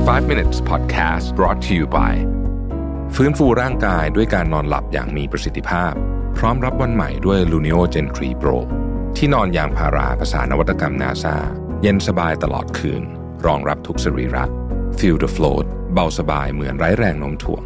5 minutes podcast brought to you by ฟื้นฟูร่างกายด้วยการนอนหลับอย่างมีประสิทธิภาพพร้อมรับวันใหม่ด้วย Luno Gen 3 Pro ที่นอนยางพาราภาษานวัตกรรม NASA เย็นสบายตลอดคืนรองรับทุกสรีระ Feel the float เบาสบายเหมือนไร้แรงโน้มถ่วง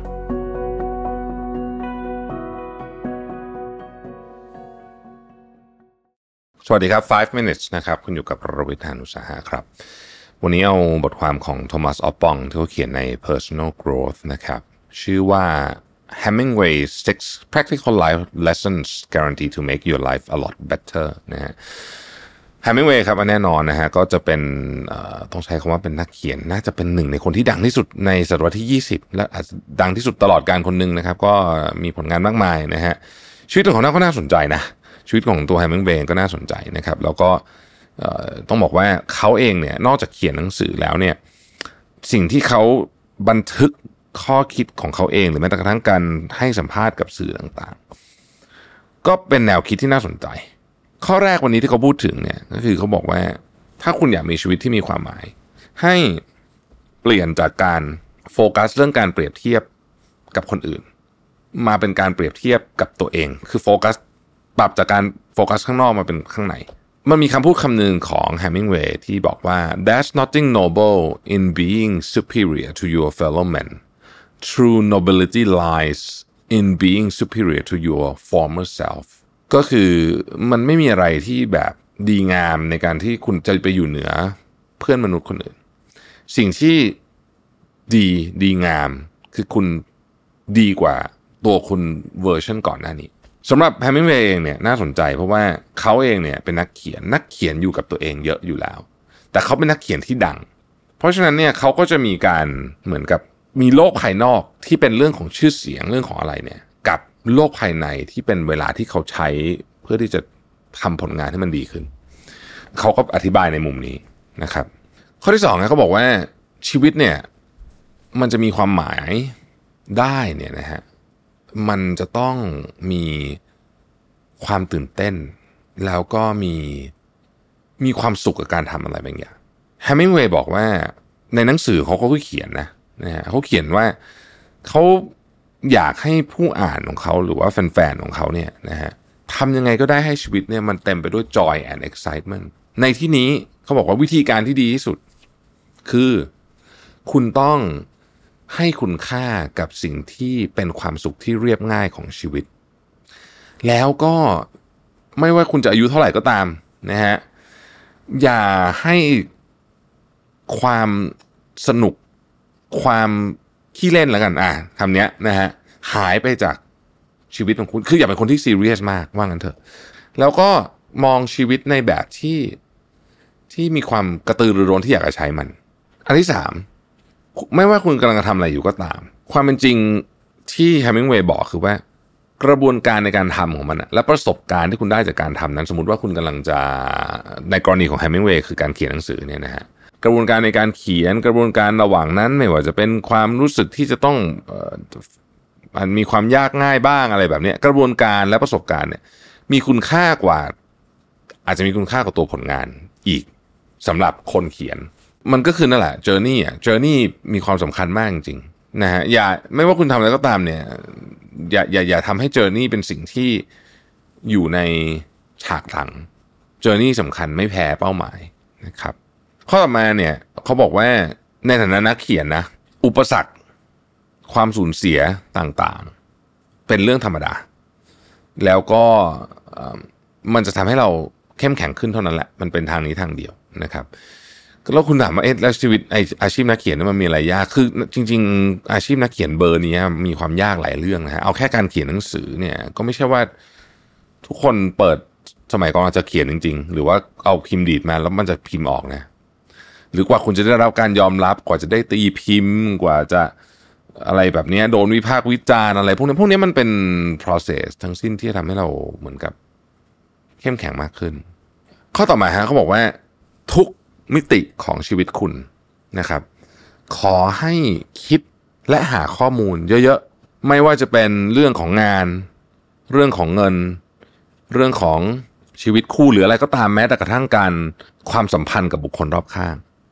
สวัสดีครับ5 minutes นะครับคุณอยู่กับรวิทย์ หาญอุตสาหะครับวันนี้เอาบทความของโทมัส ออปปองที่เขาเขียนใน Personal Growth นะครับชื่อว่า Hemingway's 6 Practical Life Lessons Guaranteed to Make Your Life a Lot Better นะฮะ Hemingway ครับแน่นอนนะฮะก็จะเป็นต้องใช้คำว่าเป็นนักเขียนน่าจะเป็นหนึ่งในคนที่ดังที่สุดในศตวรรษที่20และอาจจะดังที่สุดตลอดกาลคนหนึ่งนะครับก็มีผลงานมากมายนะฮะชีวิตของเขาก็น่าสนใจนะชีวิตของตัว Hemingway ก็น่าสนใจนะครับแล้วก็ต้องบอกว่าเขาเองเนี่ยนอกจากเขียนหนังสือแล้วเนี่ยสิ่งที่เขาบันทึกข้อคิดของเขาเองหรือแม้แต่กระทั่งการให้สัมภาษณ์กับสื่อต่างๆก็เป็นแนวคิดที่น่าสนใจข้อแรกวันนี้ที่เขาพูดถึงเนี่ยก็คือเขาบอกว่าถ้าคุณอยากมีชีวิตที่มีความหมายให้เปลี่ยนจากการโฟกัสเรื่องการเปรียบเทียบกับคนอื่นมาเป็นการเปรียบเทียบกับตัวเองคือโฟกัสปรับจากการโฟกัสข้างนอกมาเป็นข้างในมันมีคำพูดคำหนึ่งของ Hemingway ที่บอกว่า There's nothing noble in being superior to your fellow men. True nobility lies in being superior to your former self. ก็คือมันไม่มีอะไรที่แบบดีงามในการที่คุณจะไปอยู่เหนือเพื่อนมนุษย์คนอื่นสิ่งที่ดีงามคือคุณดีกว่าตัวคุณเวอร์ชันก่อนหน้านี้สำหรับ Hemingway เองเนี่ยน่าสนใจเพราะว่าเขาเองเนี่ยเป็นนักเขียนอยู่กับตัวเองเยอะอยู่แล้วแต่เขาเป็นนักเขียนที่ดังเพราะฉะนั้นเนี่ยเขาก็จะมีการเหมือนกับมีโลกภายนอกที่เป็นเรื่องของชื่อเสียงเรื่องของอะไรเนี่ยกับโลกภายในที่เป็นเวลาที่เขาใช้เพื่อที่จะทำผลงานให้มันดีขึ้นเขาก็อธิบายในมุมนี้นะครับข้อที่2นะเขาบอกว่าชีวิตเนี่ยมันจะมีความหมายได้เนี่ยนะฮะมันจะต้องมีความตื่นเต้นแล้วก็มีความสุขกับการทำอะไรบางอย่าง Hemingway บอกว่าในหนังสือเขาก็เขียนนะฮะเขาเขียนว่าเขาอยากให้ผู้อ่านของเขาหรือว่าแฟนๆของเขาเนี่ยนะฮะทำยังไงก็ได้ให้ชีวิตเนี่ยมันเต็มไปด้วย joy and excitement ในที่นี้เขาบอกว่าวิธีการที่ดีที่สุดคือคุณต้องให้คุณค่ากับสิ่งที่เป็นความสุขที่เรียบง่ายของชีวิตแล้วก็ไม่ว่าคุณจะอายุเท่าไหร่ก็ตามนะฮะอย่าให้ความสนุกความขี้เล่นแล้วกันคำนี้นะฮะหายไปจากชีวิตของคุณคืออย่าเป็นคนที่ซีเรียสมากว่างั้นเถอะแล้วก็มองชีวิตในแบบที่มีความกระตือรือร้นที่อยากจะใช้มันอันที่3ไม่ว่าคุณกำลังทำอะไรอยู่ก็ตามความเป็นจริงที่ Hemingway บอกคือว่ากระบวนการในการทำของมันและประสบการณ์ที่คุณได้จากการทำนั้นสมมุติว่าคุณกำลังจะในกรณีของ Hemingway คือการเขียนหนังสือเนี่ยนะฮะกระบวนการในการเขียนกระบวนการระหว่างนั้นไม่ว่าจะเป็นความรู้สึกที่จะต้องมันมีความยากง่ายบ้างอะไรแบบนี้กระบวนการและประสบการณ์เนี่ยมีคุณค่ากว่าอาจจะมีคุณค่ากว่าตัวผลงานอีกสำหรับคนเขียนมันก็คือนั่นแหละ journey มีความสำคัญมากจริงๆนะฮะอย่าไม่ว่าคุณทำอะไรก็ตามเนี่ยอย่าทำให้ journey เป็นสิ่งที่อยู่ในฉากหลัง journey สำคัญไม่แพ้เป้าหมายนะครับข้อต่อมาเนี่ยเขาบอกว่าในฐานะนักเขียนนะอุปสรรคความสูญเสียต่างๆเป็นเรื่องธรรมดาแล้วก็มันจะทำให้เราเข้มแข็งขึ้นเท่านั้นแหละมันเป็นทางนี้ทางเดียวนะครับแล้วคุณถามว่าแล้วชีวิตอาชีพนักเขียนมันมีอะไรยากคือจริงๆอาชีพนักเขียนเบอร์นี้มีความยากหลายเรื่องนะฮะเอาแค่การเขียนหนังสือเนี่ยก็ไม่ใช่ว่าทุกคนเปิดสมัยก่อนจะเขียนจริงๆหรือว่าเอาพิมพ์ดีดมาแล้วมันจะพิมพ์ออกนะหรือกว่าคุณจะได้รับการยอมรับกว่าจะได้ตีพิมพ์กว่าจะอะไรแบบนี้โดนวิพากษ์วิจารณ์อะไรพวกนี้มันเป็น process ทั้งสิ้นที่จะทำให้เราเหมือนกับเข้มแข็งมากขึ้นข้อต่อมาฮะเขาบอกว่าทุกมิติของชีวิตคุณนะครับขอให้คิดและหาข้อมูลเยอะๆไม่ว่าจะเป็นเรื่องของงานเรื่องของเงินเรื่องของชีวิตคู่หรืออะไรก็ตามแม้แต่กระทั่งการความสัมพันธ์กับบุคคลรอบข้าง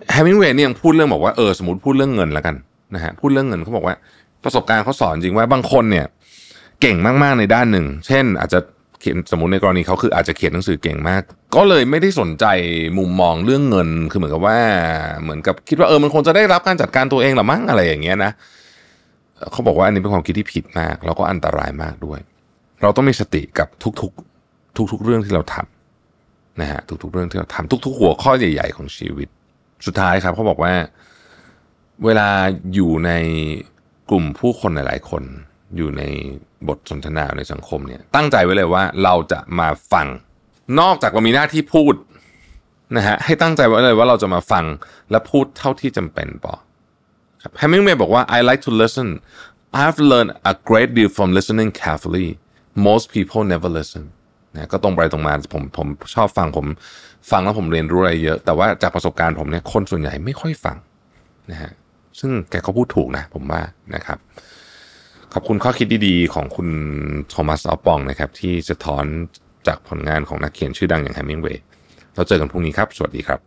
Hemingway เนี่ยยังพูดเรื่องบอกว่าสมมุติพูดเรื่องเงินแล้วกันนะฮะพูดเรื่องเงินเขาบอกว่าประสบการณ์เขาสอนจริงว่าบางคนเนี่ยเก่งมากๆในด้านหนึ่งเช่นอาจจะเขียนสมมุติในกรณีเขาคืออาจจะเขียนหนังสือเก่งมากก็เลยไม่ได้สนใจมุมมองเรื่องเงินคือเหมือนกับว่าเหมือนกับคิดว่ามันคงจะได้รับการจัดการตัวเองหรือมั้งอะไรอย่างเงี้ยนะเขาบอกว่าอันนี้เป็นความคิดที่ผิดมากแล้วก็อันตรายมากด้วยเราต้องมีสติกับทุกเรื่องที่เราทำนะฮะทุกๆเรื่องที่เราทำทุกๆหัวข้อใหญ่ๆของชีวิตสุดท้ายครับเขาบอกว่าเวลาอยู่ในกลุ่มผู้คนหลายๆคนอยู่ในบทสนทนาในสังคมเนี่ยตั้งใจไว้เลยว่าเราจะมาฟังนอกจากเรามีหน้าที่พูดนะฮะให้ตั้งใจไว้เลยว่าเราจะมาฟังและพูดเท่าที่จำเป็นพอครับแฮมิงเวย์บอกว่า I like to listen I have learned a great deal from listening carefully most people never listen นะก็ตรงไปตรงมาผมชอบฟังผมฟังแล้วผมเรียนรู้อะไรเยอะแต่ว่าจากประสบการณ์ผมเนี่ยคนส่วนใหญ่ไม่ค่อยฟังนะฮะซึ่งแกก็พูดถูกนะผมว่านะครับขอบคุณข้อคิดดีๆของคุณโทมัส อัลปองนะครับที่สะท้อนจากผลงานของนักเขียนชื่อดังอย่างแฮมิงเวย์เราเจอกันพรุ่งนี้ครับสวัสดีครับ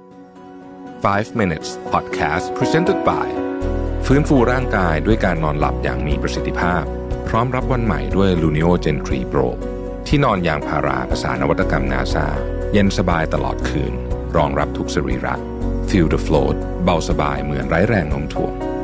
5 minutes podcast presented by ฟื้นฟูร่างกายด้วยการนอนหลับอย่างมีประสิทธิภาพพร้อมรับวันใหม่ด้วย Lunio Gen 3 Pro ที่นอนยางพาราภาษานวัตกรรม NASA เย็นสบายตลอดคืนรองรับทุกสรีระ Feel the float เบาสบายเหมือนไร้แรงโน้มถ่วง